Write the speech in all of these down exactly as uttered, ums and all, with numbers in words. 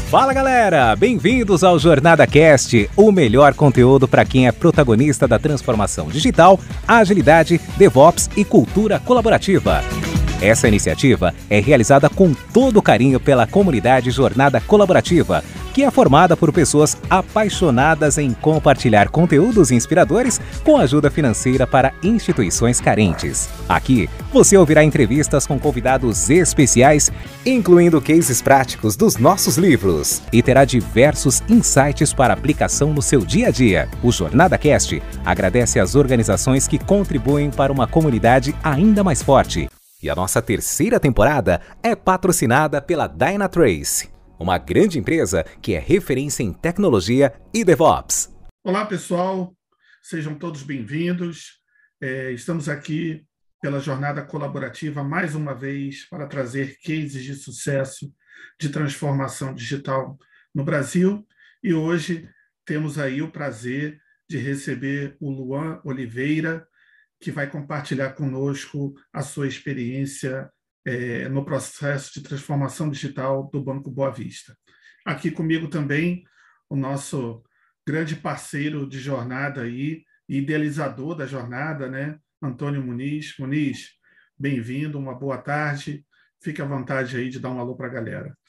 Fala galera, bem-vindos ao Jornada Cast, o melhor conteúdo para quem é protagonista da transformação digital, agilidade, DevOps e cultura colaborativa. Essa iniciativa é realizada com todo o carinho pela comunidade Jornada Colaborativa, que é formada por pessoas apaixonadas em compartilhar conteúdos inspiradores com ajuda financeira para instituições carentes. Aqui, você ouvirá entrevistas com convidados especiais, incluindo cases práticos dos nossos livros, e terá diversos insights para aplicação no seu dia a dia. O Jornada Cast agradece às organizações que contribuem para uma comunidade ainda mais forte. E a nossa terceira temporada é patrocinada pela Dynatrace, uma grande empresa que é referência em tecnologia e DevOps. Olá, pessoal. Sejam todos bem-vindos. É, estamos aqui pela Jornada Colaborativa mais uma vez para trazer cases de sucesso de transformação digital no Brasil. E hoje temos aí o prazer de receber o Luan Oliveira, que vai compartilhar conosco a sua experiência é, no processo de transformação digital do Banco Boa Vista. Aqui comigo também o nosso grande parceiro de jornada aí, idealizador da jornada, né? Antônio Muniz. Muniz, bem-vindo, uma boa tarde. Fique à vontade aí de dar um alô para a galera.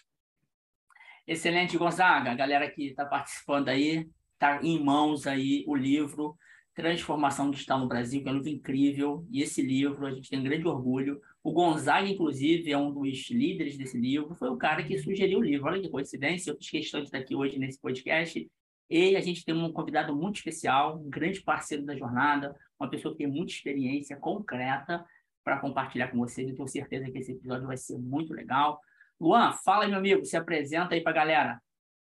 Excelente, Gonzaga. A galera que está participando aí, está em mãos aí o livro Transformação Digital no Brasil, que é um livro incrível, e esse livro a gente tem um grande orgulho. O Gonzaga, inclusive, é um dos líderes desse livro, foi o cara que sugeriu o livro. Olha que coincidência, eu fiz questão de estar aqui hoje nesse podcast, e a gente tem um convidado muito especial, um grande parceiro da jornada, uma pessoa que tem muita experiência concreta para compartilhar com vocês. Eu tenho certeza que esse episódio vai ser muito legal. Luan, fala aí, meu amigo, se apresenta aí para a galera.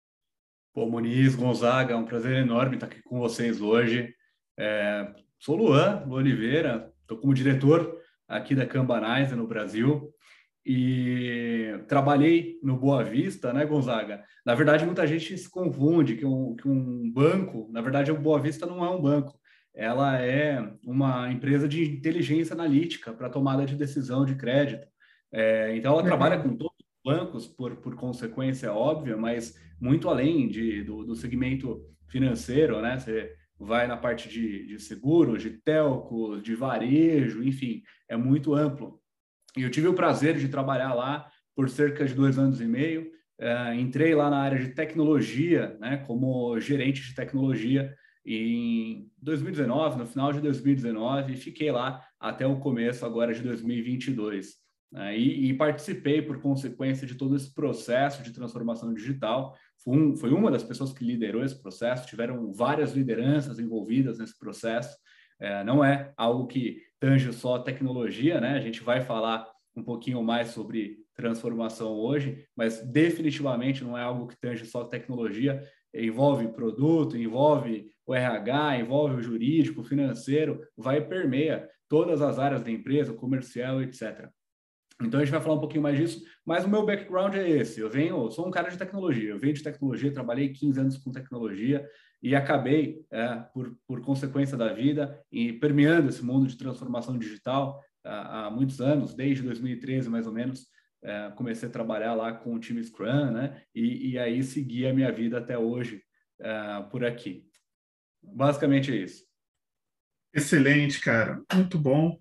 Pô, Muniz, Gonzaga, é um prazer enorme estar aqui com vocês hoje. É, sou Luan, Luan Oliveira, estou como diretor aqui da Cambanizer no Brasil e trabalhei no Boa Vista, né, Gonzaga? Na verdade, muita gente se confunde que um, que um banco, na verdade, o Boa Vista não é um banco, ela é uma empresa de inteligência analítica para tomada de decisão de crédito. É, então, ela trabalha com todos os bancos, por, por consequência óbvia, mas muito além de, do, do segmento financeiro, né? Você vai na parte de, de seguros, de telcos, de varejo, enfim, é muito amplo. E eu tive o prazer de trabalhar lá por cerca de dois anos e meio. Uh, entrei lá na área de tecnologia, né, como gerente de tecnologia em dois mil e dezenove, no final de dois mil e dezenove, e fiquei lá até o começo agora de dois mil e vinte e dois. Uh, e, e participei, por consequência, de todo esse processo de transformação digital. Foi, um, foi uma das pessoas que liderou esse processo, tiveram várias lideranças envolvidas nesse processo. É, não é algo que tange só tecnologia, né? A gente vai falar um pouquinho mais sobre transformação hoje, mas definitivamente não é algo que tange só tecnologia. Envolve produto, envolve o R H, envolve o jurídico, o financeiro, vai e permeia todas as áreas da empresa, comercial, etcétera. Então, a gente vai falar um pouquinho mais disso, mas o meu background é esse. Eu venho, sou um cara de tecnologia, eu venho de tecnologia, trabalhei quinze anos com tecnologia e acabei, é, por, por consequência da vida, e permeando esse mundo de transformação digital há, há muitos anos, desde dois mil e treze, mais ou menos, é, comecei a trabalhar lá com o time Scrum, né? E, e aí segui a minha vida até hoje é, por aqui. Basicamente é isso. Excelente, cara. Muito bom.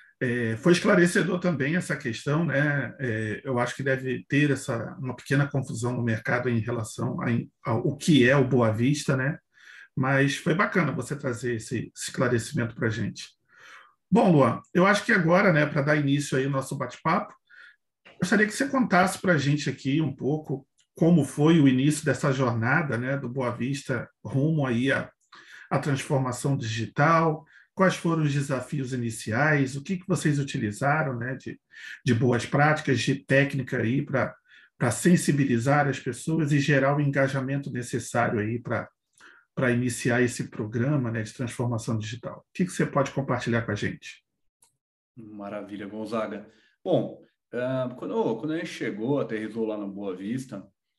É, foi esclarecedor também essa questão, né? É, eu acho que deve ter essa, uma pequena confusão no mercado em relação a, ao que é o Boa Vista, né? Mas foi bacana você trazer esse esclarecimento para a gente. Bom, Luan, eu acho que agora, né, para dar início aí ao nosso bate-papo, gostaria que você contasse para a gente aqui um pouco como foi o início dessa jornada, né, do Boa Vista rumo aí a a transformação digital, quais foram os desafios iniciais, o que, que vocês utilizaram, né, de, de boas práticas, de técnica aí para para sensibilizar as pessoas e gerar o engajamento necessário aí para para iniciar esse programa, né, de transformação digital. O que, que você pode compartilhar com a gente? Maravilha, Gonzaga. Bom, uh, quando, quando a gente chegou, aterrissou lá no Boa Vista,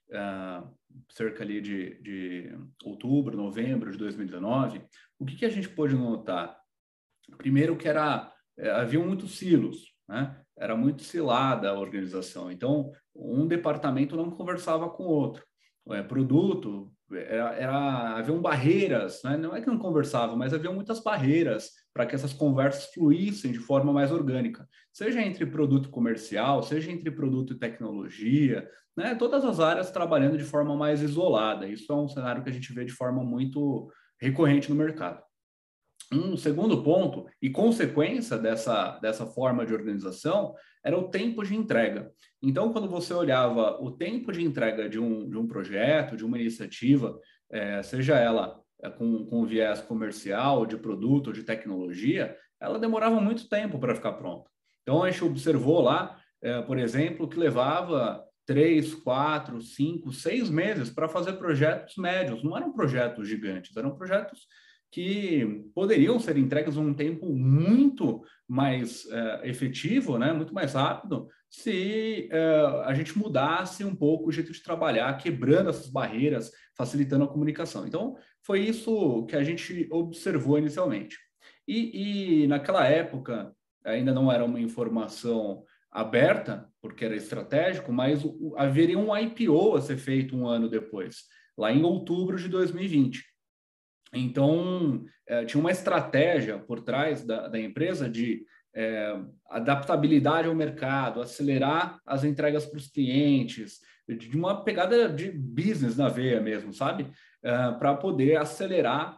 uh, cerca ali de, de outubro, novembro de dois mil e dezenove, o que, que a gente pôde notar? Primeiro que era, é, havia muitos silos, né? Era muito cilada a organização. Então, um departamento não conversava com o outro. é, produto, era, era, haviam barreiras, né? Não é que não conversavam, mas haviam muitas barreiras para que essas conversas fluíssem de forma mais orgânica, seja entre produto comercial, seja entre produto e tecnologia, né? Todas as áreas trabalhando de forma mais isolada. Isso é um cenário que a gente vê de forma muito recorrente no mercado. Um segundo ponto, e consequência dessa, dessa forma de organização, era o tempo de entrega. Então, quando você olhava o tempo de entrega de um, de um projeto, de uma iniciativa, é, seja ela é, com, com viés comercial, de produto ou de tecnologia, ela demorava muito tempo para ficar pronta. Então, a gente observou lá, é, por exemplo, que levava três, quatro, cinco, seis meses para fazer projetos médios. Não eram projetos gigantes, eram projetos que poderiam ser entregues num tempo muito mais uh, efetivo, né, muito mais rápido, se uh, a gente mudasse um pouco o jeito de trabalhar, quebrando essas barreiras, facilitando a comunicação. Então, foi isso que a gente observou inicialmente. E, e naquela época, ainda não era uma informação aberta, porque era estratégico, mas o, haveria um I P O a ser feito um ano depois, lá em outubro de dois mil e vinte. Então, é, tinha uma estratégia por trás da, da empresa de é, adaptabilidade ao mercado, acelerar as entregas para os clientes, de uma pegada de business na veia mesmo, sabe? É, para poder acelerar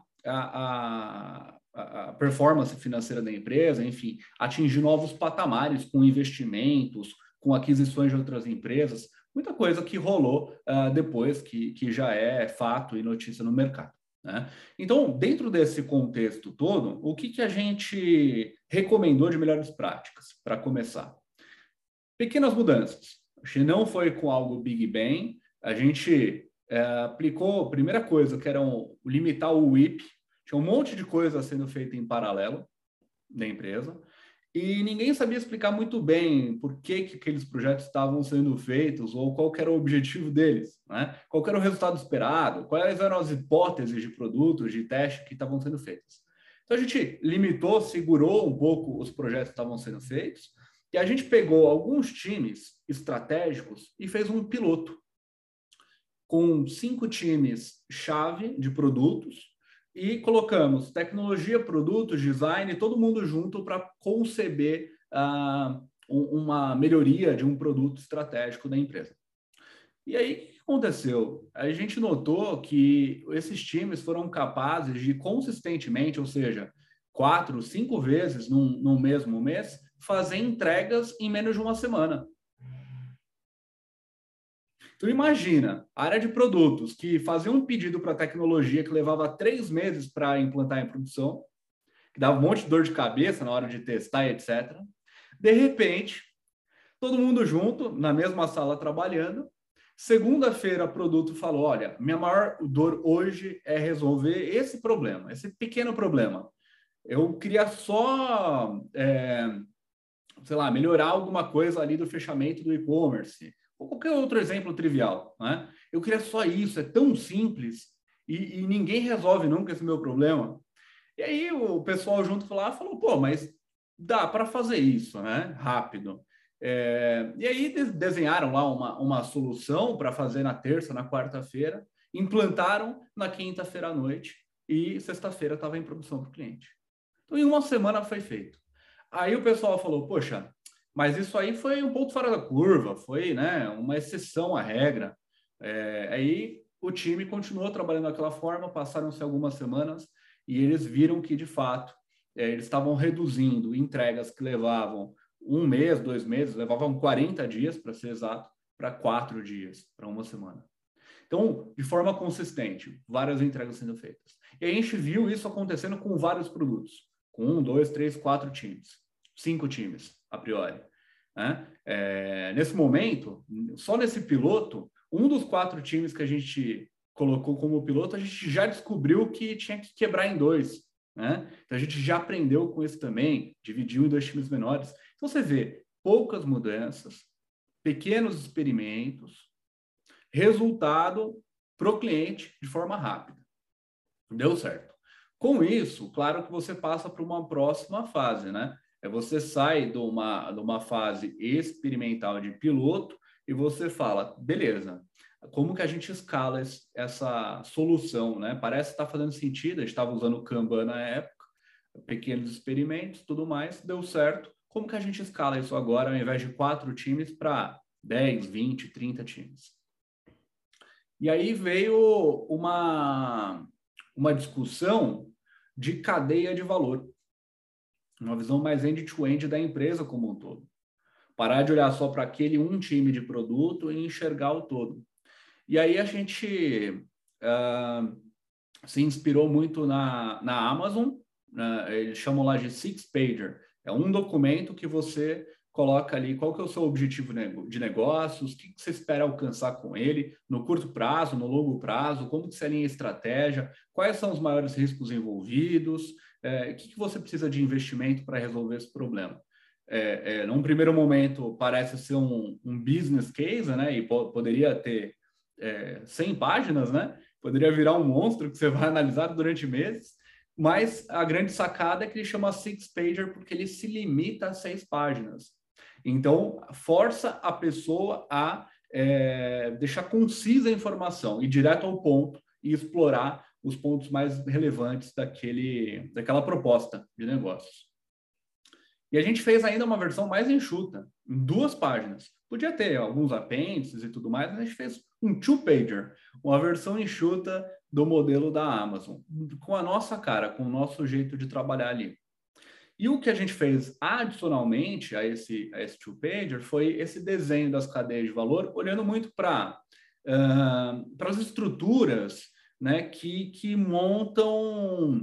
a, a, a performance financeira da empresa, enfim, atingir novos patamares com investimentos, com aquisições de outras empresas, muita coisa que rolou uh, depois, que, que já é fato e notícia no mercado. Né? Então, dentro desse contexto todo, o que, que a gente recomendou de melhores práticas para começar? Pequenas mudanças. A gente não foi com algo Big Bang, a gente é, aplicou a primeira coisa, que era um, limitar o W I P, tinha um monte de coisa sendo feita em paralelo da empresa, e ninguém sabia explicar muito bem por que, que aqueles projetos estavam sendo feitos ou qual era o objetivo deles, né? Qual era o resultado esperado, quais eram as hipóteses de produtos, de teste que estavam sendo feitas. Então, a gente limitou, segurou um pouco os projetos que estavam sendo feitos e a gente pegou alguns times estratégicos e fez um piloto com cinco times-chave de produtos e colocamos tecnologia, produtos, design, todo mundo junto para conceber uh, uma melhoria de um produto estratégico da empresa. E aí, o que aconteceu? A gente notou que esses times foram capazes de consistentemente, ou seja, quatro, cinco vezes num, num mesmo mês, fazer entregas em menos de uma semana. Então, imagina, a área de produtos que fazia um pedido para tecnologia que levava três meses para implantar em produção, que dava um monte de dor de cabeça na hora de testar, etcétera. De repente, todo mundo junto, na mesma sala trabalhando. Segunda-feira, o produto falou, olha, minha maior dor hoje é resolver esse problema, esse pequeno problema. Eu queria só, é, sei lá, melhorar alguma coisa ali do fechamento do e-commerce, ou qualquer outro exemplo trivial, né? Eu queria só isso, é tão simples e, e ninguém resolve nunca esse meu problema. E aí o pessoal junto lá falou, pô, mas dá para fazer isso, né? Rápido. É, e aí de desenharam lá uma, uma solução para fazer na terça, na quarta-feira, implantaram na quinta-feira à noite e sexta-feira estava em produção para o cliente. Então, em uma semana foi feito. Aí o pessoal falou, poxa, mas isso aí foi um pouco fora da curva, foi, né, uma exceção à regra. É, aí o time continuou trabalhando daquela forma, passaram-se algumas semanas e eles viram que, de fato, é, eles estavam reduzindo entregas que levavam um mês, dois meses, levavam quarenta dias, para ser exato, para quatro dias, para uma semana. Então, de forma consistente, várias entregas sendo feitas. E a gente viu isso acontecendo com vários produtos, com um, dois, três, quatro times, cinco times, a priori. Né? É, nesse momento, só nesse piloto, um dos quatro times que a gente colocou como piloto, a gente já descobriu que tinha que quebrar em dois. Né? Então, a gente já aprendeu com isso também, dividiu em dois times menores. Então, você vê poucas mudanças, pequenos experimentos, resultado para o cliente de forma rápida. Deu certo. Com isso, claro que você passa para uma próxima fase, né? É você sai de uma, de uma fase experimental de piloto e você fala, beleza, como que a gente escala esse, essa solução, né? Parece estar fazendo sentido, a gente estava usando o Kanban na época, pequenos experimentos, tudo mais, deu certo. Como que a gente escala isso agora, ao invés de quatro times, para dez, vinte, trinta times? E aí veio uma, uma discussão de cadeia de valor, uma visão mais end-to-end da empresa como um todo. Parar de olhar só para aquele um time de produto e enxergar o todo. E aí a gente uh, se inspirou muito na, na Amazon, uh, eles chamam lá de Six Pager. É um documento que você coloca ali qual que é o seu objetivo de negócios, o que você espera alcançar com ele, no curto prazo, no longo prazo, como que você alinha a estratégia, quais são os maiores riscos envolvidos, uh, o que, que você precisa de investimento para resolver esse problema. É, é, num primeiro momento parece ser um, um business case, né? E po poderia ter é, cem páginas, né? Poderia virar um monstro que você vai analisar durante meses, mas a grande sacada é que ele chama six pager porque ele se limita a seis páginas. Então, força a pessoa a é, deixar concisa a informação, ir direto ao ponto e explorar os pontos mais relevantes daquele, daquela proposta de negócios. E a gente fez ainda uma versão mais enxuta, em duas páginas. Podia ter alguns apêndices e tudo mais, mas a gente fez um two-pager, uma versão enxuta do modelo da Amazon, com a nossa cara, com o nosso jeito de trabalhar ali. E o que a gente fez adicionalmente a esse, a esse two-pager foi esse desenho das cadeias de valor, olhando muito para uh, para as estruturas, né, que, que montam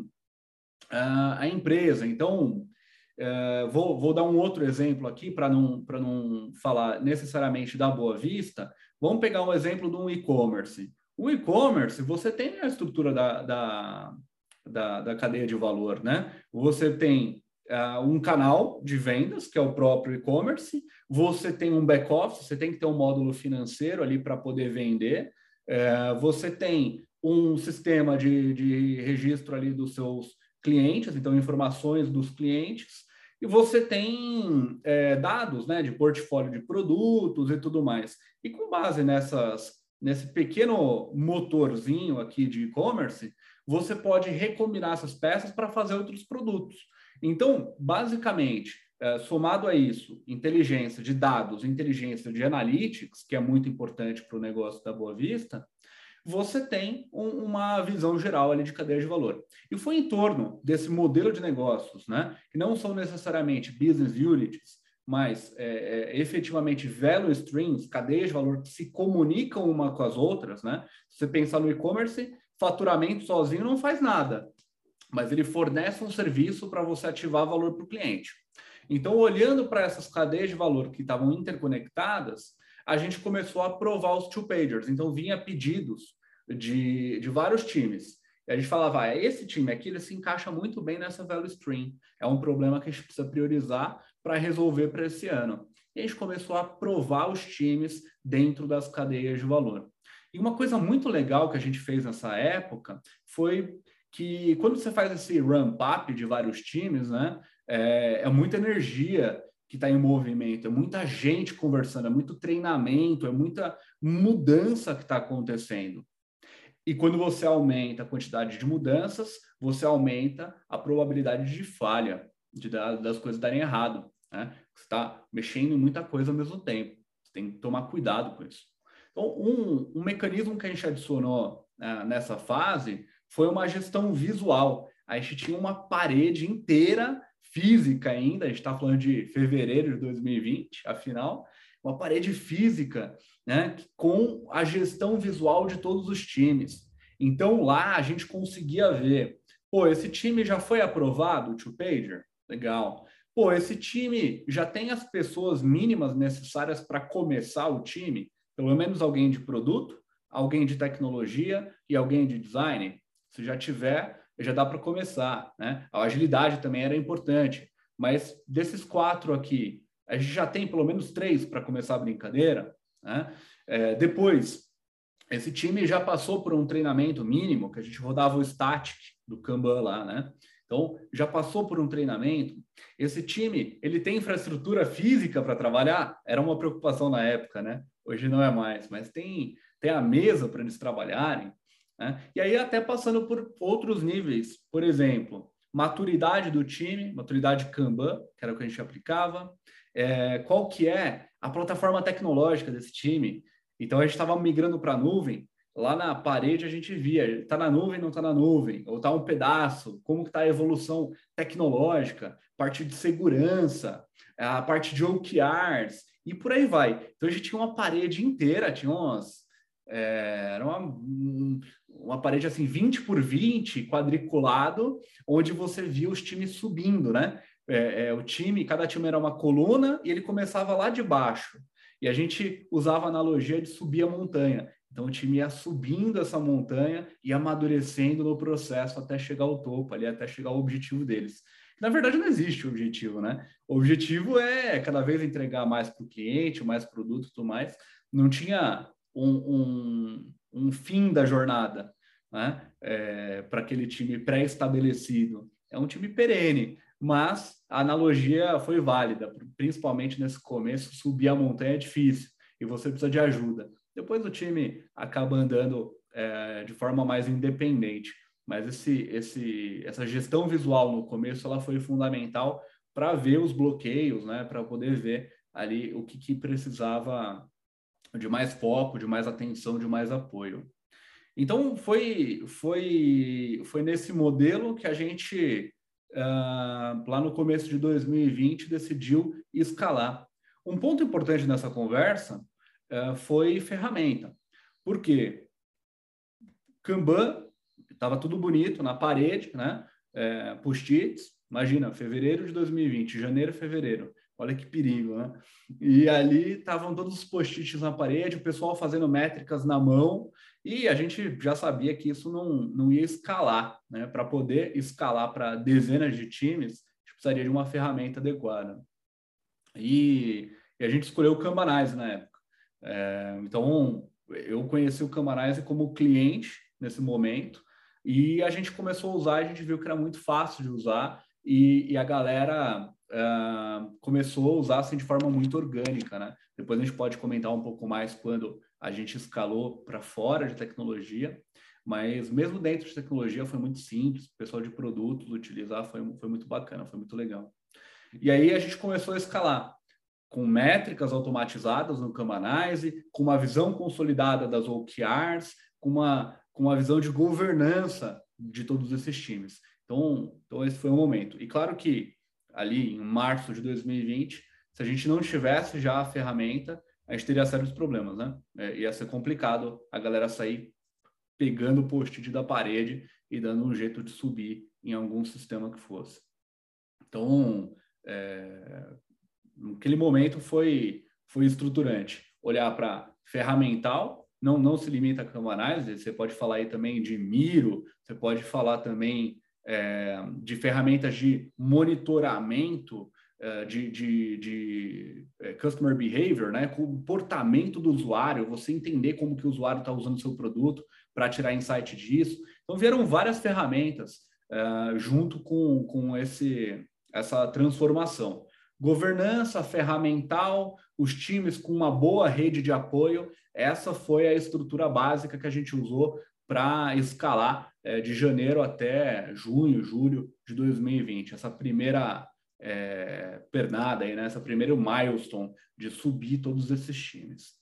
uh, a empresa. Então, Uh, vou, vou dar um outro exemplo aqui para não, para não falar necessariamente da Boa Vista. Vamos pegar um exemplo de um e-commerce. O e-commerce, você tem a estrutura da, da, da, da cadeia de valor, né? Você tem uh, um canal de vendas, que é o próprio e-commerce, você tem um back-office, você tem que ter um módulo financeiro ali para poder vender, uh, você tem um sistema de, de registro ali dos seus clientes, então informações dos clientes, e você tem é, dados, né, de portfólio de produtos e tudo mais. E com base nessas, nesse pequeno motorzinho aqui de e-commerce, você pode recombinar essas peças para fazer outros produtos. Então, basicamente, é, somado a isso, inteligência de dados, inteligência de analytics, que é muito importante para o negócio da Boa Vista, você tem um, uma visão geral ali de cadeia de valor. E foi em torno desse modelo de negócios, né, que não são necessariamente business units, mas é, é, efetivamente value streams, cadeias de valor que se comunicam uma com as outras, né? Se você pensar no e-commerce, faturamento sozinho não faz nada, mas ele fornece um serviço para você ativar valor para o cliente. Então, olhando para essas cadeias de valor que estavam interconectadas, a gente começou a aprovar os two-pagers. Então, vinha pedidos de, de vários times. E a gente falava, ah, esse time aqui ele se encaixa muito bem nessa value stream. É um problema que a gente precisa priorizar para resolver para esse ano. E a gente começou a aprovar os times dentro das cadeias de valor. E uma coisa muito legal que a gente fez nessa época foi que quando você faz esse ramp-up de vários times, né, é, é muita energia que está em movimento, é muita gente conversando, é muito treinamento, é muita mudança que está acontecendo. E quando você aumenta a quantidade de mudanças, você aumenta a probabilidade de falha, de dar, das coisas darem errado, né? Você está mexendo em muita coisa ao mesmo tempo. Você tem que tomar cuidado com isso. Então, um, um mecanismo que a gente adicionou uh, nessa fase foi uma gestão visual. A gente tinha uma parede inteira física ainda, a gente está falando de fevereiro de dois mil e vinte, afinal, uma parede física, né, com a gestão visual de todos os times. Então, lá a gente conseguia ver, pô, esse time já foi aprovado, o two-pager? Legal. Pô, esse time já tem as pessoas mínimas necessárias para começar o time? Pelo menos alguém de produto, alguém de tecnologia e alguém de design? Se já tiver, já dá para começar, né? A agilidade também era importante, mas desses quatro aqui, a gente já tem pelo menos três para começar a brincadeira, né? É, depois, esse time já passou por um treinamento mínimo, que a gente rodava o static do Kanban lá, né? Então, já passou por um treinamento? Esse time, ele tem infraestrutura física para trabalhar? Era uma preocupação na época, né? Hoje não é mais, mas tem, tem a mesa para eles trabalharem, né? E aí até passando por outros níveis, por exemplo, maturidade do time, maturidade Kanban, que era o que a gente aplicava, é, qual que é a plataforma tecnológica desse time. Então, a gente estava migrando para a nuvem. Lá na parede a gente via, está na nuvem, não está na nuvem, ou está um pedaço, como está a evolução tecnológica, parte de segurança, a parte de O K Rs, e por aí vai. Então a gente tinha uma parede inteira, tinha umas, é, era uma, uma parede assim, vinte por vinte, quadriculado, onde você via os times subindo, né? É, é, o time, cada time era uma coluna e ele começava lá de baixo. E a gente usava a analogia de subir a montanha. Então, o time ia subindo essa montanha e amadurecendo no processo até chegar ao topo, ali, até chegar ao objetivo deles. Na verdade, não existe objetivo, né? O objetivo é cada vez entregar mais para o cliente, mais produto e tudo mais. Não tinha um, um, um fim da jornada, né? É, para aquele time pré-estabelecido. É um time perene, mas a analogia foi válida, principalmente nesse começo, subir a montanha é difícil e você precisa de ajuda. Depois o time acaba andando é, de forma mais independente, mas esse, esse, essa gestão visual no começo ela foi fundamental para ver os bloqueios, né, para poder ver ali o que, que precisava de mais foco, de mais atenção, de mais apoio. Então foi, foi, foi nesse modelo que a gente, uh, lá no começo de dois mil e vinte, decidiu escalar. Um ponto importante nessa conversa Uh, foi ferramenta. Por quê? Kanban, estava tudo bonito na parede, né? É, post-its, imagina, fevereiro de dois mil e vinte, janeiro, fevereiro, olha que perigo, né? E ali estavam todos os post-its na parede, o pessoal fazendo métricas na mão, e a gente já sabia que isso não, não ia escalar, né? Para poder escalar para dezenas de times, a gente precisaria de uma ferramenta adequada. E, e a gente escolheu o Kanbanize na época. É, então, eu conheci o Kanbanize como cliente nesse momento e a gente começou a usar, a gente viu que era muito fácil de usar e, e a galera uh, começou a usar assim, de forma muito orgânica, né? Depois a gente pode comentar um pouco mais quando a gente escalou para fora de tecnologia, mas mesmo dentro de tecnologia foi muito simples, o pessoal de produtos utilizar foi, foi muito bacana, foi muito legal. E aí a gente começou a escalar com métricas automatizadas no Kanbanize, com uma visão consolidada das O K Rs, com uma, com uma visão de governança de todos esses times. Então, então, esse foi o momento. E claro que ali em março de dois mil e vinte, se a gente não tivesse já a ferramenta, a gente teria sérios problemas, né? É, ia ser complicado a galera sair pegando o post-it da parede e dando um jeito de subir em algum sistema que fosse. Então, é, naquele momento foi, foi estruturante. Olhar para ferramental, não, não se limita a Kanbanize, você pode falar aí também de Miro, você pode falar também é, de ferramentas de monitoramento é, de, de, de é, customer behavior, né? Comportamento do usuário, você entender como que o usuário está usando o seu produto para tirar insight disso. Então, vieram várias ferramentas é, junto com, com esse, essa transformação. Governança ferramental, os times com uma boa rede de apoio, essa foi a estrutura básica que a gente usou para escalar é, de janeiro até junho, julho de dois mil e vinte. Essa primeira é, pernada, aí, né? Essa primeira milestone de subir todos esses times.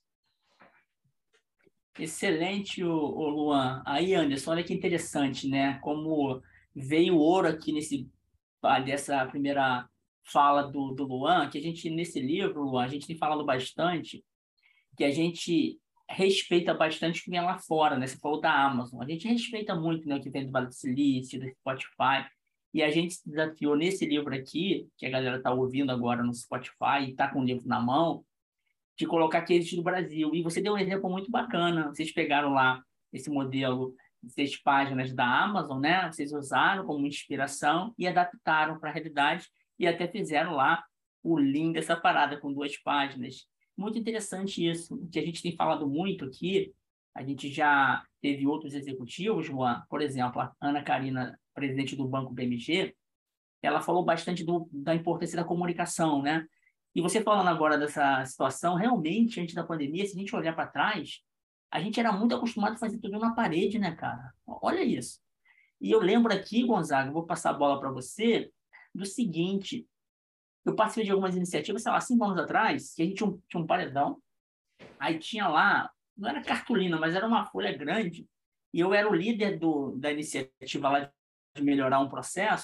Excelente, o, o Luan. Aí, Anderson, olha que interessante, né? Como veio ouro aqui nesse, dessa primeira fala do, do Luan, que a gente, nesse livro, Luan, a gente tem falado bastante, que a gente respeita bastante o que vem lá fora, né? Você falou da Amazon. A gente respeita muito, né, o que vem do Vale do Silício, do Spotify, e a gente se desafiou nesse livro aqui, que a galera está ouvindo agora no Spotify e está com o livro na mão, de colocar cases do Brasil. E você deu um exemplo muito bacana. Vocês pegaram lá esse modelo de seis páginas da Amazon, né? Vocês usaram como inspiração e adaptaram para a realidade e até fizeram lá o link dessa parada com duas páginas. Muito interessante isso, que a gente tem falado muito aqui. A gente já teve outros executivos, Juan, por exemplo, a Ana Karina, presidente do Banco B M G, ela falou bastante do, da importância da comunicação, né? E você falando agora dessa situação, realmente, antes da pandemia, se a gente olhar para trás, a gente era muito acostumado a fazer tudo na parede, né, cara? Olha isso. E eu lembro aqui, Gonzaga, vou passar a bola para você, do seguinte, eu participei de algumas iniciativas, sei lá, cinco anos atrás, que a gente tinha um, tinha um paredão, aí tinha lá, não era cartolina, mas era uma folha grande, e eu era o líder do, da iniciativa lá de melhorar um processo,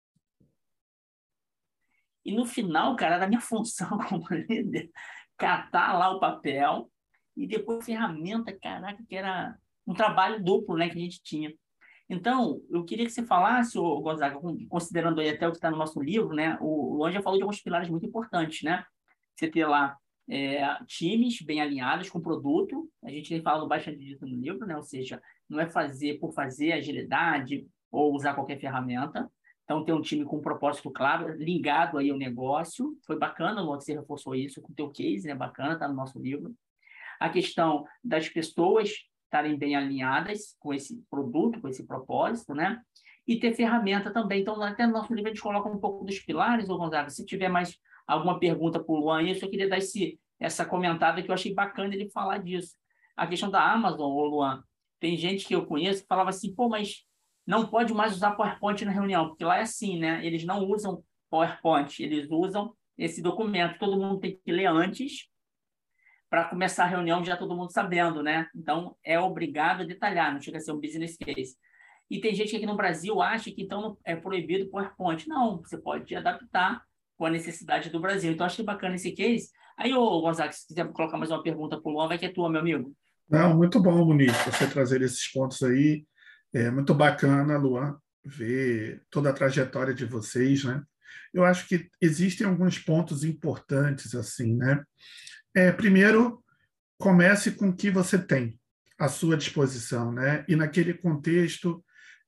e no final, cara, era a minha função como líder, catar lá o papel, e depois a ferramenta, caraca, que era um trabalho duplo, né, que a gente tinha. Então, eu queria que você falasse, ô, Gonzaga, considerando aí até o que está no nosso livro, né? O Luan já falou de alguns pilares muito importantes, né? Você ter lá é, times bem alinhados com o produto, a gente tem falado bastante disso no livro, né? Ou seja, não é fazer por fazer agilidade ou usar qualquer ferramenta. Então, ter um time com um propósito claro, ligado aí ao negócio. Foi bacana, Luan, que você reforçou isso com o teu case, né? Bacana, está no nosso livro. A questão das pessoas estarem bem alinhadas com esse produto, com esse propósito, né? E ter ferramenta também. Então, até no nosso livro a gente coloca um pouco dos pilares, ô Gonzaga. Se tiver mais alguma pergunta para o Luan, eu só queria dar esse, essa comentada que eu achei bacana ele falar disso. A questão da Amazon, ô Luan, tem gente que eu conheço que falava assim, pô, mas não pode mais usar PowerPoint na reunião, porque lá é assim, né? Eles não usam PowerPoint, eles usam esse documento. Todo mundo tem que ler antes, para começar a reunião já todo mundo sabendo, né? Então, é obrigado a detalhar, não chega a ser um business case. E tem gente que aqui no Brasil acha que então é proibido o PowerPoint. Não, você pode adaptar com a necessidade do Brasil. Então, achei bacana esse case. Aí, ô Gonzaga, se quiser colocar mais uma pergunta para o Luan, vai que é tua, meu amigo. Não, muito bom, Muniz, você trazer esses pontos aí. É muito bacana, Luan, ver toda a trajetória de vocês, né? Eu acho que existem alguns pontos importantes, assim, né? É, primeiro, comece com o que você tem à sua disposição, né? E naquele contexto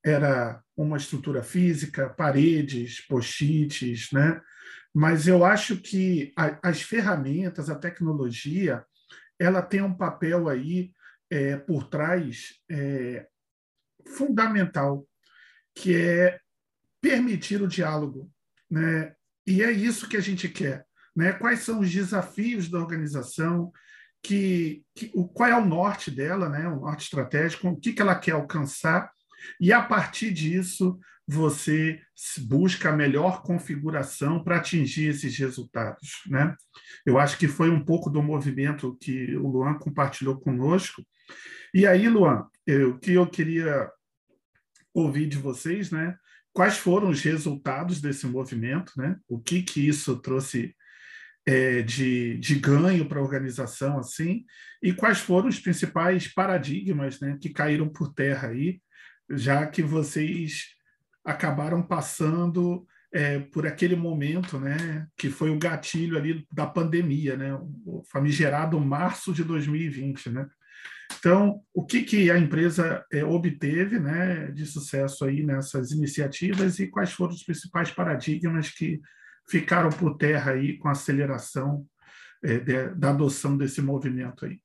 era uma estrutura física, paredes, post-its, né? Mas eu acho que a, as ferramentas, a tecnologia, ela tem um papel aí é, por trás é, fundamental, que é permitir o diálogo, né? E é isso que a gente quer, né? Quais são os desafios da organização? Que, que, o, qual é o norte dela, né? O norte estratégico, o que, que ela quer alcançar, e a partir disso você busca a melhor configuração para atingir esses resultados, né? Eu acho que foi um pouco do movimento que o Luan compartilhou conosco. E aí, Luan, o que eu queria ouvir de vocês, né? Quais foram os resultados desse movimento, né? O que que isso trouxe É, de, de ganho para a organização, assim, e quais foram os principais paradigmas, né, que caíram por terra aí, já que vocês acabaram passando é, por aquele momento, né, que foi o gatilho ali da pandemia, né, o famigerado março de dois mil e vinte, né? Então, o que, que a empresa é, obteve, né, de sucesso aí nessas iniciativas, e quais foram os principais paradigmas que ficaram por terra aí com a aceleração é, de, da adoção desse movimento aí?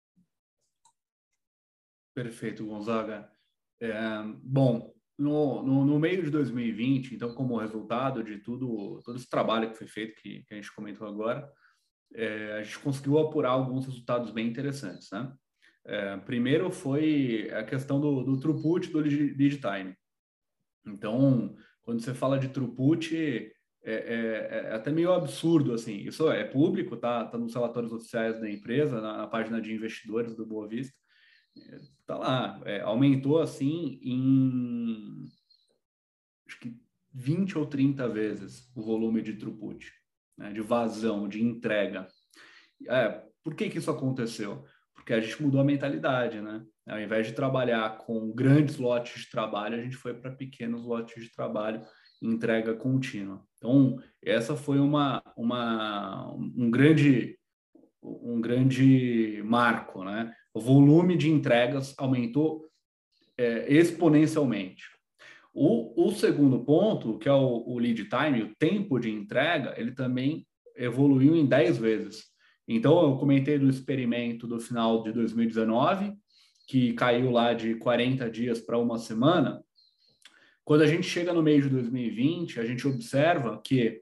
Perfeito, Gonzaga. É, bom, no, no, no meio de dois mil e vinte, então, como resultado de tudo, todo esse trabalho que foi feito, que, que a gente comentou agora, é, a gente conseguiu apurar alguns resultados bem interessantes, né? É, primeiro foi a questão do, do throughput do lead time. Então, quando você fala de throughput, é, é, é até meio absurdo, assim. Isso é público, tá, tá nos relatórios oficiais da empresa, na, na página de investidores do Boa Vista. Tá lá, é, aumentou assim em acho que vinte ou trinta vezes o volume de throughput, né, de vazão, de entrega. É, por que que isso aconteceu? Porque a gente mudou a mentalidade, né? Ao invés de trabalhar com grandes lotes de trabalho, a gente foi para pequenos lotes de trabalho, entrega contínua. Então, essa foi uma, uma, um, grande, um grande marco, né? O volume de entregas aumentou é, exponencialmente. O, o segundo ponto, que é o, o lead time, o tempo de entrega, ele também evoluiu em dez vezes. Então, eu comentei do experimento do final de dois mil e dezenove, que caiu lá de quarenta dias para uma semana. Quando a gente chega no meio de dois mil e vinte, a gente observa que,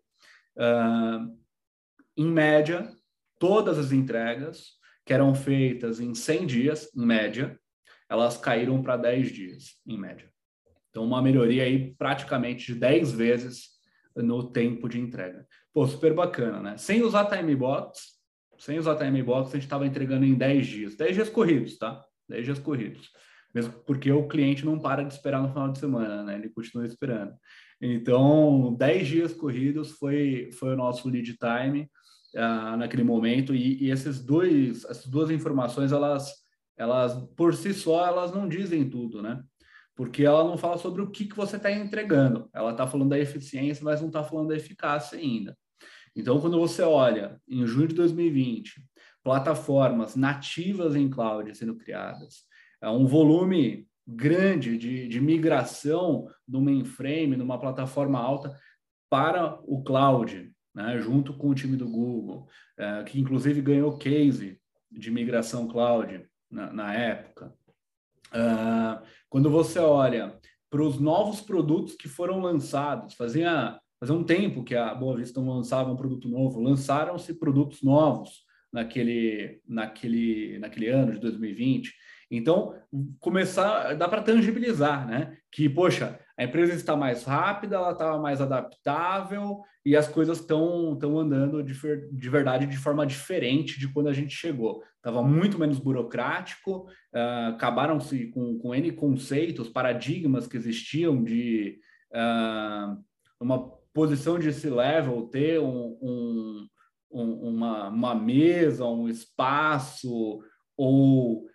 uh, em média, todas as entregas que eram feitas em cem dias, em média, elas caíram para dez dias, em média. Então, uma melhoria aí praticamente de dez vezes no tempo de entrega. Pô, super bacana, né? Sem usar time box, sem usar time box, a gente estava entregando em dez dias. dez dias corridos, tá? dez dias corridos. Mesmo porque o cliente não para de esperar no final de semana, né? Ele continua esperando. Então, dez dias corridos foi, foi o nosso lead time uh, naquele momento. E, e esses dois, essas duas informações, elas, elas, por si só, elas não dizem tudo, né? Porque ela não fala sobre o que, que você está entregando. Ela está falando da eficiência, mas não está falando da eficácia ainda. Então, quando você olha em junho de dois mil e vinte, plataformas nativas em cloud sendo criadas, é um volume grande de, de migração do mainframe, numa plataforma alta, para o cloud, né, junto com o time do Google, é, que inclusive ganhou case de migração cloud na, na época. Uh, quando você olha para os novos produtos que foram lançados, fazia, fazia um tempo que a Boa Vista não lançava um produto novo, lançaram-se produtos novos naquele, naquele, naquele ano de dois mil e vinte. Então, começar, dá para tangibilizar, né? Que, poxa, a empresa está mais rápida, ela está mais adaptável e as coisas estão estão andando de, de verdade de forma diferente de quando a gente chegou. Estava muito menos burocrático, uh, acabaram-se com, com N conceitos, paradigmas que existiam de uh, uma posição de C-level ter um, um, um, uma, uma mesa, um espaço ou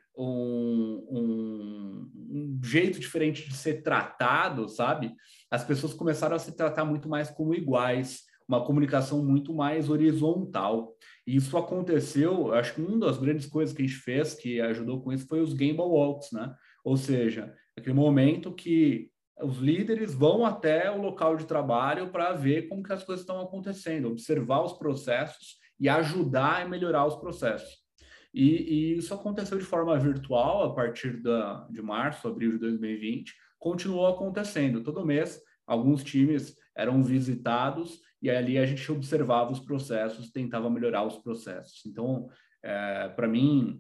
Um, um, um jeito diferente de ser tratado, sabe? As pessoas começaram a se tratar muito mais como iguais, uma comunicação muito mais horizontal. E isso aconteceu, acho que uma das grandes coisas que a gente fez, que ajudou com isso, foi os Gamble Walks, né? Ou seja, aquele momento que os líderes vão até o local de trabalho para ver como que as coisas estão acontecendo, observar os processos e ajudar a melhorar os processos. E, e isso aconteceu de forma virtual a partir da, de março, abril de dois mil e vinte, continuou acontecendo. Todo mês, alguns times eram visitados e ali a gente observava os processos, tentava melhorar os processos. Então, é, para mim,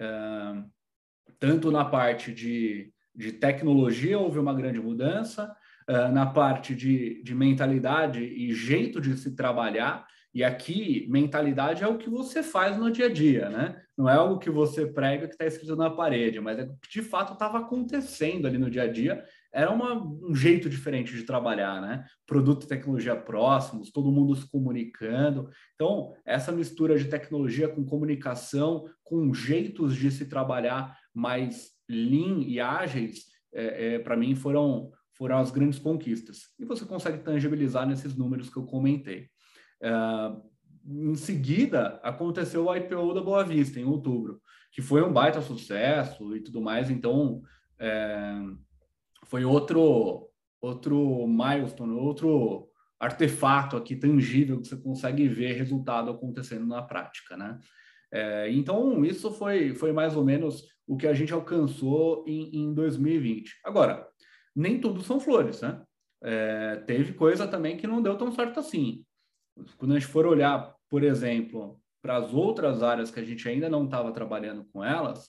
é, tanto na parte de, de tecnologia houve uma grande mudança, é, na parte de, de mentalidade e jeito de se trabalhar. E aqui, mentalidade é o que você faz no dia a dia, né? Não é algo que você prega que está escrito na parede, mas é o que de fato estava acontecendo ali no dia a dia. Era uma, um jeito diferente de trabalhar, né? Produto e tecnologia próximos, todo mundo se comunicando. Então, essa mistura de tecnologia com comunicação, com jeitos de se trabalhar mais lean e ágeis, é, é, para mim foram, foram as grandes conquistas. E você consegue tangibilizar nesses números que eu comentei. Uh, em seguida, aconteceu o I P O da Boa Vista, em outubro, que foi um baita sucesso e tudo mais. Então, é, foi outro, outro milestone, outro artefato aqui tangível que você consegue ver resultado acontecendo na prática, né? É, então, isso foi, foi mais ou menos o que a gente alcançou em, em dois mil e vinte. Agora, nem tudo são flores, né? É, teve coisa também que não deu tão certo assim. Quando a gente for olhar, por exemplo, para as outras áreas que a gente ainda não estava trabalhando com elas,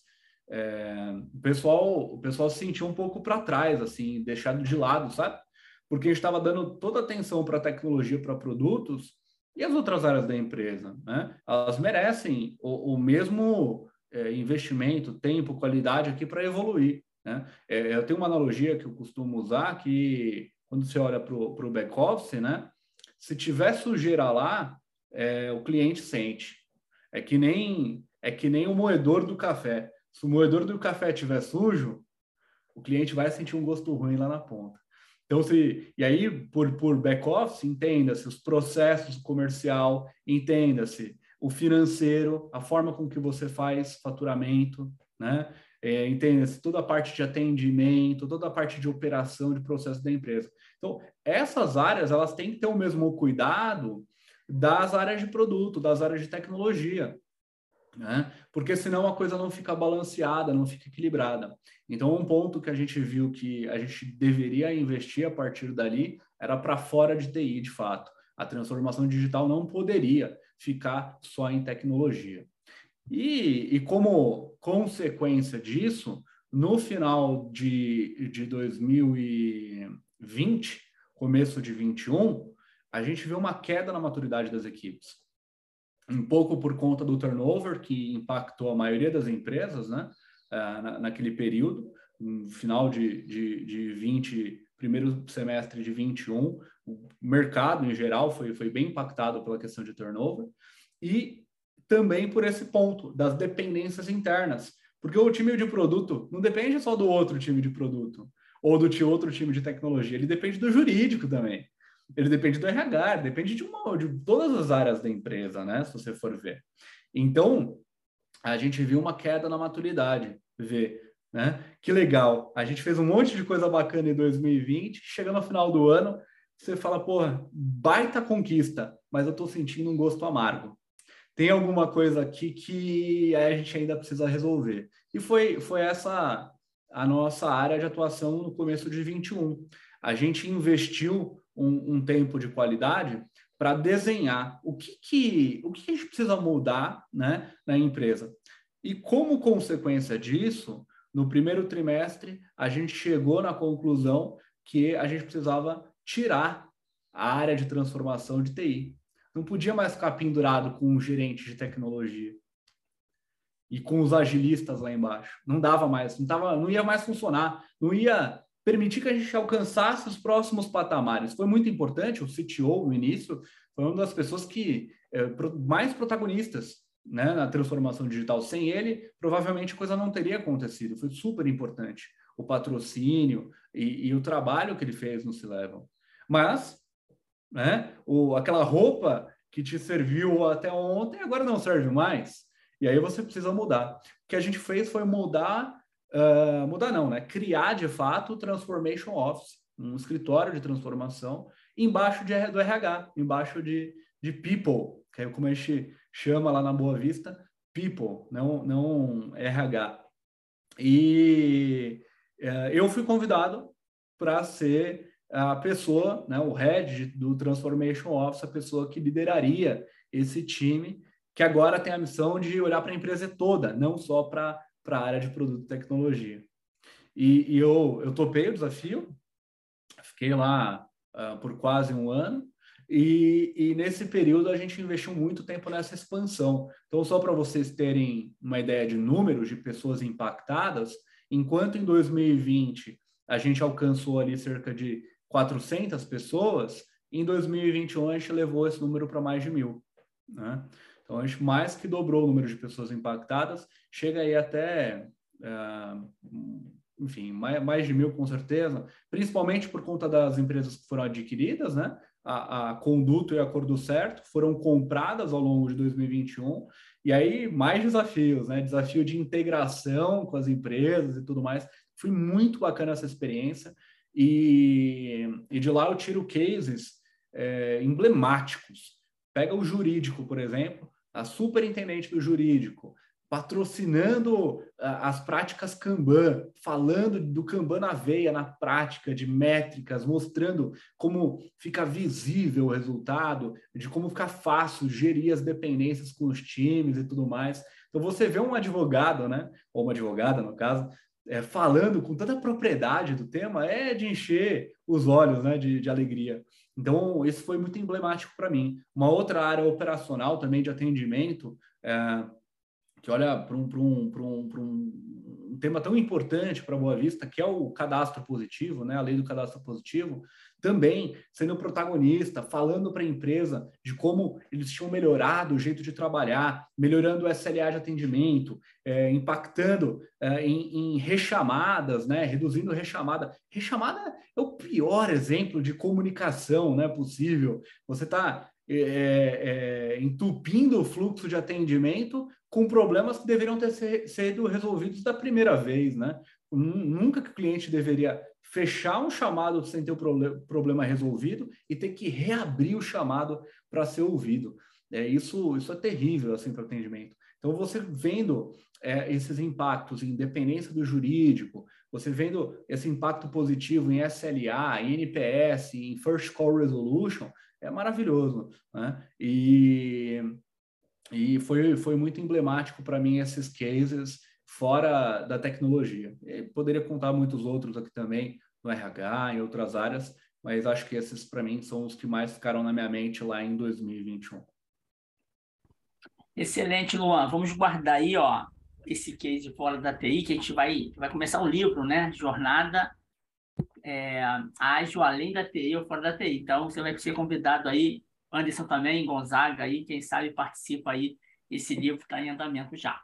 é, o pessoal, o pessoal se sentiu um pouco para trás, assim, deixado de lado, sabe? Porque a gente estava dando toda a atenção para a tecnologia, para produtos, e as outras áreas da empresa, né? Elas merecem o, o mesmo é, investimento, tempo, qualidade aqui para evoluir, né? É, eu tenho uma analogia que eu costumo usar, que quando você olha para o back-office, né? Se tiver sujeira lá, é, o cliente sente. É que nem é que nem o moedor do café. Se o moedor do café estiver sujo, o cliente vai sentir um gosto ruim lá na ponta. Então, se, e aí, por, por back-office, entenda-se os processos comercial, entenda-se o financeiro, a forma com que você faz faturamento, né? É, entenda-se toda a parte de atendimento, toda a parte de operação, de processo da empresa. Então, essas áreas, elas têm que ter o mesmo cuidado das áreas de produto, das áreas de tecnologia. né? Porque senão a coisa não fica balanceada, não fica equilibrada. Então, um ponto que a gente viu que a gente deveria investir a partir dali era para fora de T I, de fato. A transformação digital não poderia ficar só em tecnologia. E, e como consequência disso, no final de, de dois mil e vinte, começo de vinte e um, a gente viu uma queda na maturidade das equipes. Um pouco por conta do turnover, que impactou a maioria das empresas, né, na, naquele período, no final de, de, de vinte, primeiro semestre de vinte e um, o mercado em geral foi, foi bem impactado pela questão de turnover, e também por esse ponto das dependências internas, porque o time de produto não depende só do outro time de produto, ou do outro time de tecnologia, ele depende do jurídico também. Ele depende do R H, depende de, uma, de todas as áreas da empresa, né? Se você for ver. Então, a gente viu uma queda na maturidade. Vê, né? Que legal. A gente fez um monte de coisa bacana em dois mil e vinte. Chegando no final do ano, você fala, porra, baita conquista, mas eu estou sentindo um gosto amargo. Tem alguma coisa aqui que a gente ainda precisa resolver. E foi, foi essa a nossa área de atuação no começo de vinte e um. A gente investiu Um, um tempo de qualidade para desenhar o que, que, o que a gente precisa mudar, né, na empresa. E como consequência disso, no primeiro trimestre, a gente chegou na conclusão que a gente precisava tirar a área de transformação de T I. Não podia mais ficar pendurado com um gerente de tecnologia e com os agilistas lá embaixo. Não dava mais, não, tava, não ia mais funcionar, não ia permitir que a gente alcançasse os próximos patamares. Foi muito importante, o C T O, no início, foi uma das pessoas que é, mais protagonistas, né, na transformação digital. Sem ele, provavelmente a coisa não teria acontecido. Foi super importante o patrocínio e, e o trabalho que ele fez no C-Level. Mas, né, o, aquela roupa que te serviu até ontem, agora não serve mais. E aí você precisa mudar. O que a gente fez foi mudar Uh, mudar não, né? Criar de fato o Transformation Office, um escritório de transformação embaixo de, do R H, embaixo de, de People, que é como a gente chama lá na Boa Vista, People, não, não R H. E uh, eu fui convidado para ser a pessoa, né, o head do Transformation Office, a pessoa que lideraria esse time, que agora tem a missão de olhar para a empresa toda, não só para para a área de produto e tecnologia. E, e eu, eu topei o desafio, fiquei lá uh, por quase um ano, e, e nesse período a gente investiu muito tempo nessa expansão. Então, só para vocês terem uma ideia de números de pessoas impactadas, enquanto em dois mil e vinte a gente alcançou ali cerca de quatrocentas pessoas, em dois mil e vinte e um a gente levou esse número para mais de mil, né? Então, a gente mais que dobrou o número de pessoas impactadas, chega aí até, uh, enfim, mais, mais de mil com certeza, principalmente por conta das empresas que foram adquiridas, né? A, a Conduto e a Cor do Certo foram compradas ao longo de dois mil e vinte e um, e aí mais desafios, né? Desafio de integração com as empresas e tudo mais. Foi muito bacana essa experiência, e, e de lá eu tiro cases é, emblemáticos. Pega o jurídico, por exemplo, a superintendente do jurídico, patrocinando uh, as práticas Kanban, falando do Kanban na veia, na prática, de métricas, mostrando como fica visível o resultado, de como fica fácil gerir as dependências com os times e tudo mais. Então, você vê um advogado, né, ou uma advogada, no caso, é, falando com toda a propriedade do tema, é de encher os olhos, né, de, de alegria. Então, isso foi muito emblemático para mim. Uma outra área operacional também de atendimento, é, que olha para um, um, um, um, um tema tão importante para a Boa Vista, que é o cadastro positivo, né? A lei do cadastro positivo, também sendo protagonista, falando para a empresa de como eles tinham melhorado o jeito de trabalhar, melhorando o S L A de atendimento, é, impactando é, em, em rechamadas, né? Reduzindo rechamada. Rechamada é o pior exemplo de comunicação, né, possível. Você está é, é, entupindo o fluxo de atendimento com problemas que deveriam ter ser, sido resolvidos da primeira vez, né? Nunca que o cliente deveria fechar um chamado sem ter o problema resolvido e ter que reabrir o chamado para ser ouvido. É, isso, isso é terrível assim, para o atendimento. Então, Então, você vendo é, esses impactos em dependência do jurídico, você vendo esse impacto positivo em S L A, em N P S, em First Call Resolution, é maravilhoso, né? E, e foi, foi muito emblemático para mim esses cases fora da tecnologia. Eu poderia contar muitos outros aqui também, no R H, em outras áreas, mas acho que esses, para mim, são os que mais ficaram na minha mente lá em dois mil e vinte e um. Excelente, Luan. Vamos guardar aí, ó, esse case fora da T I, que a gente vai, vai começar um livro, né? Jornada é, ágil além da T I ou fora da T I. Então, você vai ser convidado aí, Anderson também, Gonzaga aí, quem sabe participa aí. Esse livro está em andamento já.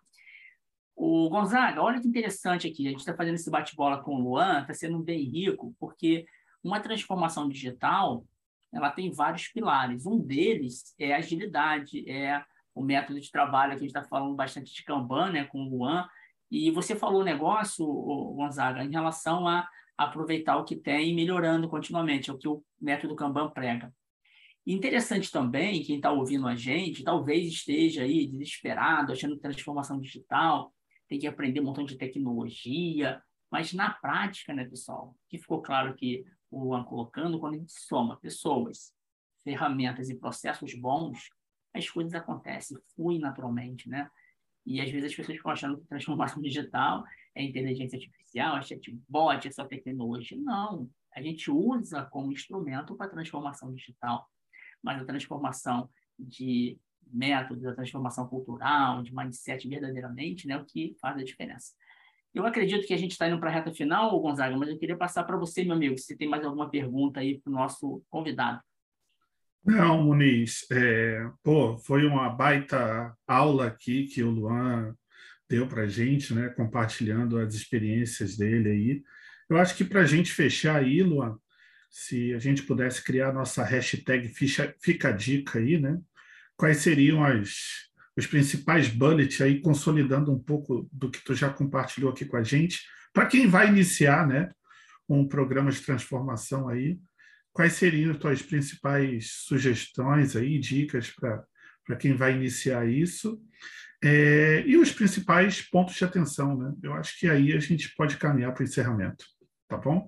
O Gonzaga, olha que interessante aqui. A gente está fazendo esse bate-bola com o Luan, está sendo bem rico, porque uma transformação digital, ela tem vários pilares. Um deles é a agilidade, é o método de trabalho, que a gente está falando bastante de Kanban, né, com o Luan. E você falou um negócio, Gonzaga, em relação a aproveitar o que tem e melhorando continuamente, é o que o método Kanban prega. Interessante também, quem está ouvindo a gente, talvez esteja aí desesperado, achando que transformação digital tem que aprender um montão de tecnologia, mas na prática, né, pessoal, que ficou claro que o Luan colocando, quando a gente soma pessoas, ferramentas e processos bons, as coisas acontecem, fluem naturalmente, né? E às vezes as pessoas ficam achando que transformação digital é inteligência artificial, é chatbot, é só tecnologia. Não, a gente usa como instrumento para transformação digital, mas a transformação de métodos, a transformação cultural, de mindset verdadeiramente, né, o que faz a diferença. Eu acredito que a gente está indo para a reta final, Gonzaga, mas eu queria passar para você, meu amigo, se tem mais alguma pergunta aí para o nosso convidado. Não, Muniz, é, pô, foi uma baita aula aqui que o Luan deu para a gente, né, compartilhando as experiências dele aí. Eu acho que para a gente fechar aí, Luan, se a gente pudesse criar a nossa hashtag ficha, Fica a Dica aí, né? Quais seriam as, os principais bullets aí, consolidando um pouco do que tu já compartilhou aqui com a gente, para quem vai iniciar, né, um programa de transformação aí, quais seriam as tuas principais sugestões aí, dicas para para quem vai iniciar isso? É, e os principais pontos de atenção, né? Eu acho que aí a gente pode caminhar para o encerramento, tá bom?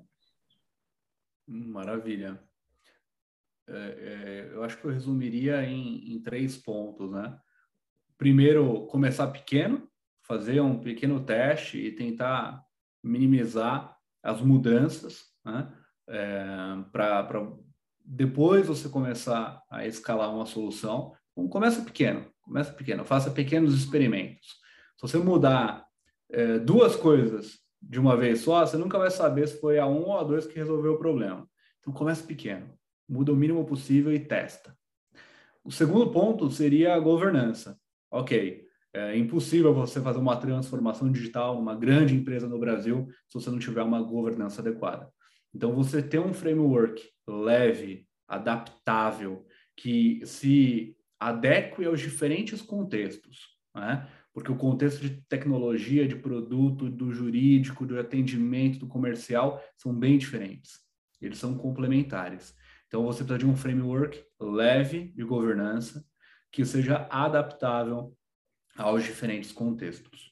Maravilha. É, é, eu acho que eu resumiria em, em três pontos, né? Primeiro, começar pequeno, fazer um pequeno teste e tentar minimizar as mudanças, né? É, para depois você começar a escalar uma solução. Então, começa pequeno, começa pequeno, faça pequenos experimentos. Se você mudar é, duas coisas de uma vez só, você nunca vai saber se foi a um ou a dois que resolveu o problema. Então, começa pequeno, muda o mínimo possível e testa. O segundo ponto seria a governança. Ok, é impossível você fazer uma transformação digital numa grande empresa no Brasil se você não tiver uma governança adequada. Então, você ter um framework leve, adaptável, que se adeque aos diferentes contextos, né? Porque o contexto de tecnologia, de produto, do jurídico, do atendimento, do comercial, são bem diferentes. Eles são complementares. Então, você precisa de um framework leve de governança que seja adaptável aos diferentes contextos.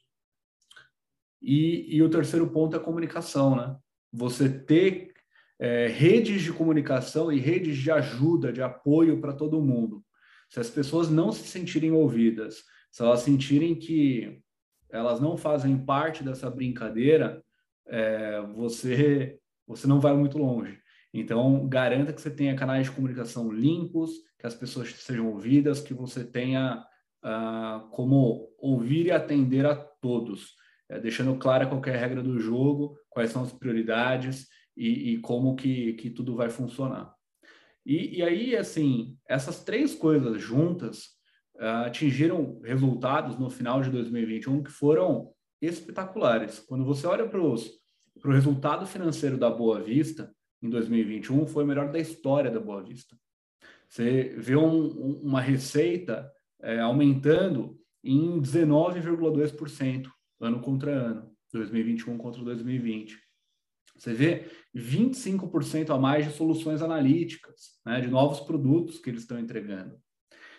E, e o terceiro ponto é a comunicação, né? Você ter é, redes de comunicação e redes de ajuda, de apoio para todo mundo. Se as pessoas não se sentirem ouvidas, se elas sentirem que elas não fazem parte dessa brincadeira, é, você, você não vai muito longe. Então, garanta que você tenha canais de comunicação limpos, que as pessoas sejam ouvidas, que você tenha uh, como ouvir e atender a todos, é, deixando clara qualquer regra do jogo, quais são as prioridades e, e como que, que tudo vai funcionar. E, e aí, assim, essas três coisas juntas uh, atingiram resultados no final de dois mil e vinte e um que foram espetaculares. Quando você olha para o resultado financeiro da Boa Vista, em dois mil e vinte e um, foi o melhor da história da Boa Vista. Você vê um, um, uma receita é, aumentando em dezenove vírgula dois por cento ano contra ano, dois mil e vinte e um contra dois mil e vinte. Você vê vinte e cinco por cento a mais de soluções analíticas, né, de novos produtos que eles estão entregando.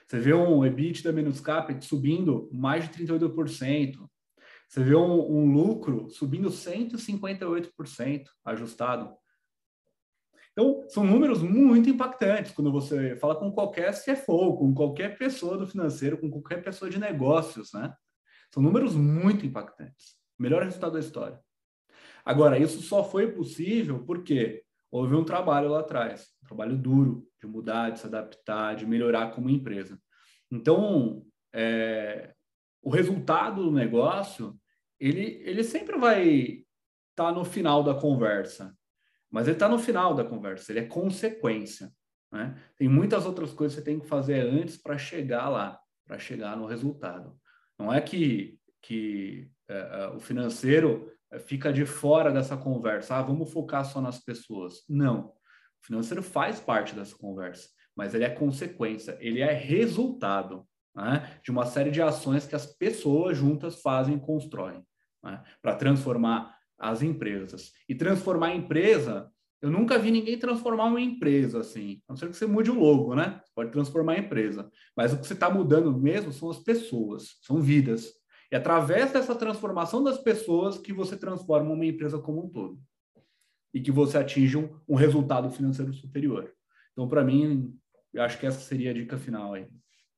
Você vê um EBITDA menos CAPEX subindo mais de trinta e oito por cento. Você vê um, um lucro subindo cento e cinquenta e oito por cento ajustado. Então, são números muito impactantes quando você fala com qualquer C F O, com qualquer pessoa do financeiro, com qualquer pessoa de negócios, né? São números muito impactantes. Melhor resultado da história. Agora, isso só foi possível porque houve um trabalho lá atrás, um trabalho duro de mudar, de se adaptar, de melhorar como empresa. Então, é, o resultado do negócio, ele, ele sempre vai estar no final da conversa. Mas ele está no final da conversa, ele é consequência, né? Tem muitas outras coisas que você tem que fazer antes para chegar lá, para chegar no resultado. Não é que, que é, o financeiro fica de fora dessa conversa, ah, vamos focar só nas pessoas. Não, o financeiro faz parte dessa conversa, mas ele é consequência, ele é resultado, né, de uma série de ações que as pessoas juntas fazem e constroem, né, para transformar as empresas. E transformar a empresa, eu nunca vi ninguém transformar uma empresa assim, a não ser que você mude o logo, né? Você pode transformar a empresa. Mas o que você está mudando mesmo são as pessoas, são vidas. E através dessa transformação das pessoas que você transforma uma empresa como um todo. E que você atinge um, um resultado financeiro superior. Então, para mim, eu acho que essa seria a dica final aí.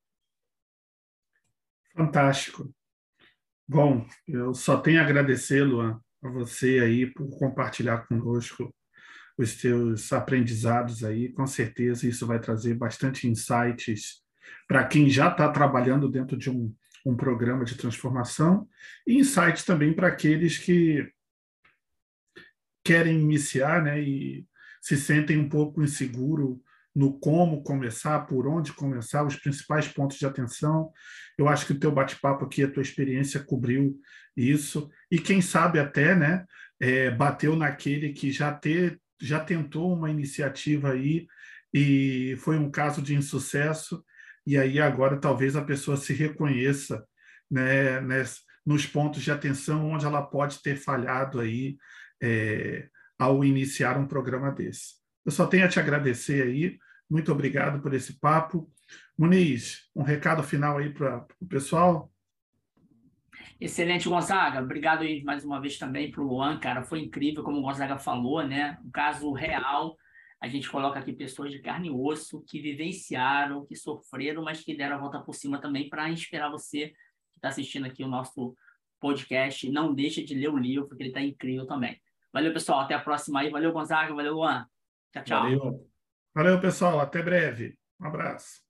Fantástico. Bom, eu só tenho a agradecer, Luan, a você aí por compartilhar conosco os seus aprendizados aí. Com certeza isso vai trazer bastante insights para quem já está trabalhando dentro de um, um programa de transformação e insights também para aqueles que querem iniciar, né, e se sentem um pouco inseguros no como começar, por onde começar, os principais pontos de atenção. Eu acho que o teu bate-papo aqui, a tua experiência cobriu isso. E quem sabe até, né, é, bateu naquele que já, ter, já tentou uma iniciativa aí e foi um caso de insucesso, e aí agora talvez a pessoa se reconheça, né, ness, nos pontos de atenção onde ela pode ter falhado aí é, ao iniciar um programa desse. Eu só tenho a te agradecer aí. Muito obrigado por esse papo. Muniz, um recado final aí para o pessoal? Excelente, Gonzaga. Obrigado aí mais uma vez também para o Luan, cara. Foi incrível, como o Gonzaga falou, né? Um caso real. A gente coloca aqui pessoas de carne e osso que vivenciaram, que sofreram, mas que deram a volta por cima também para inspirar você que está assistindo aqui o nosso podcast. Não deixa de ler o livro, porque ele está incrível também. Valeu, pessoal. Até a próxima aí. Valeu, Gonzaga. Valeu, Luan. Tchau, tchau. Valeu. Valeu, pessoal. Até breve. Um abraço.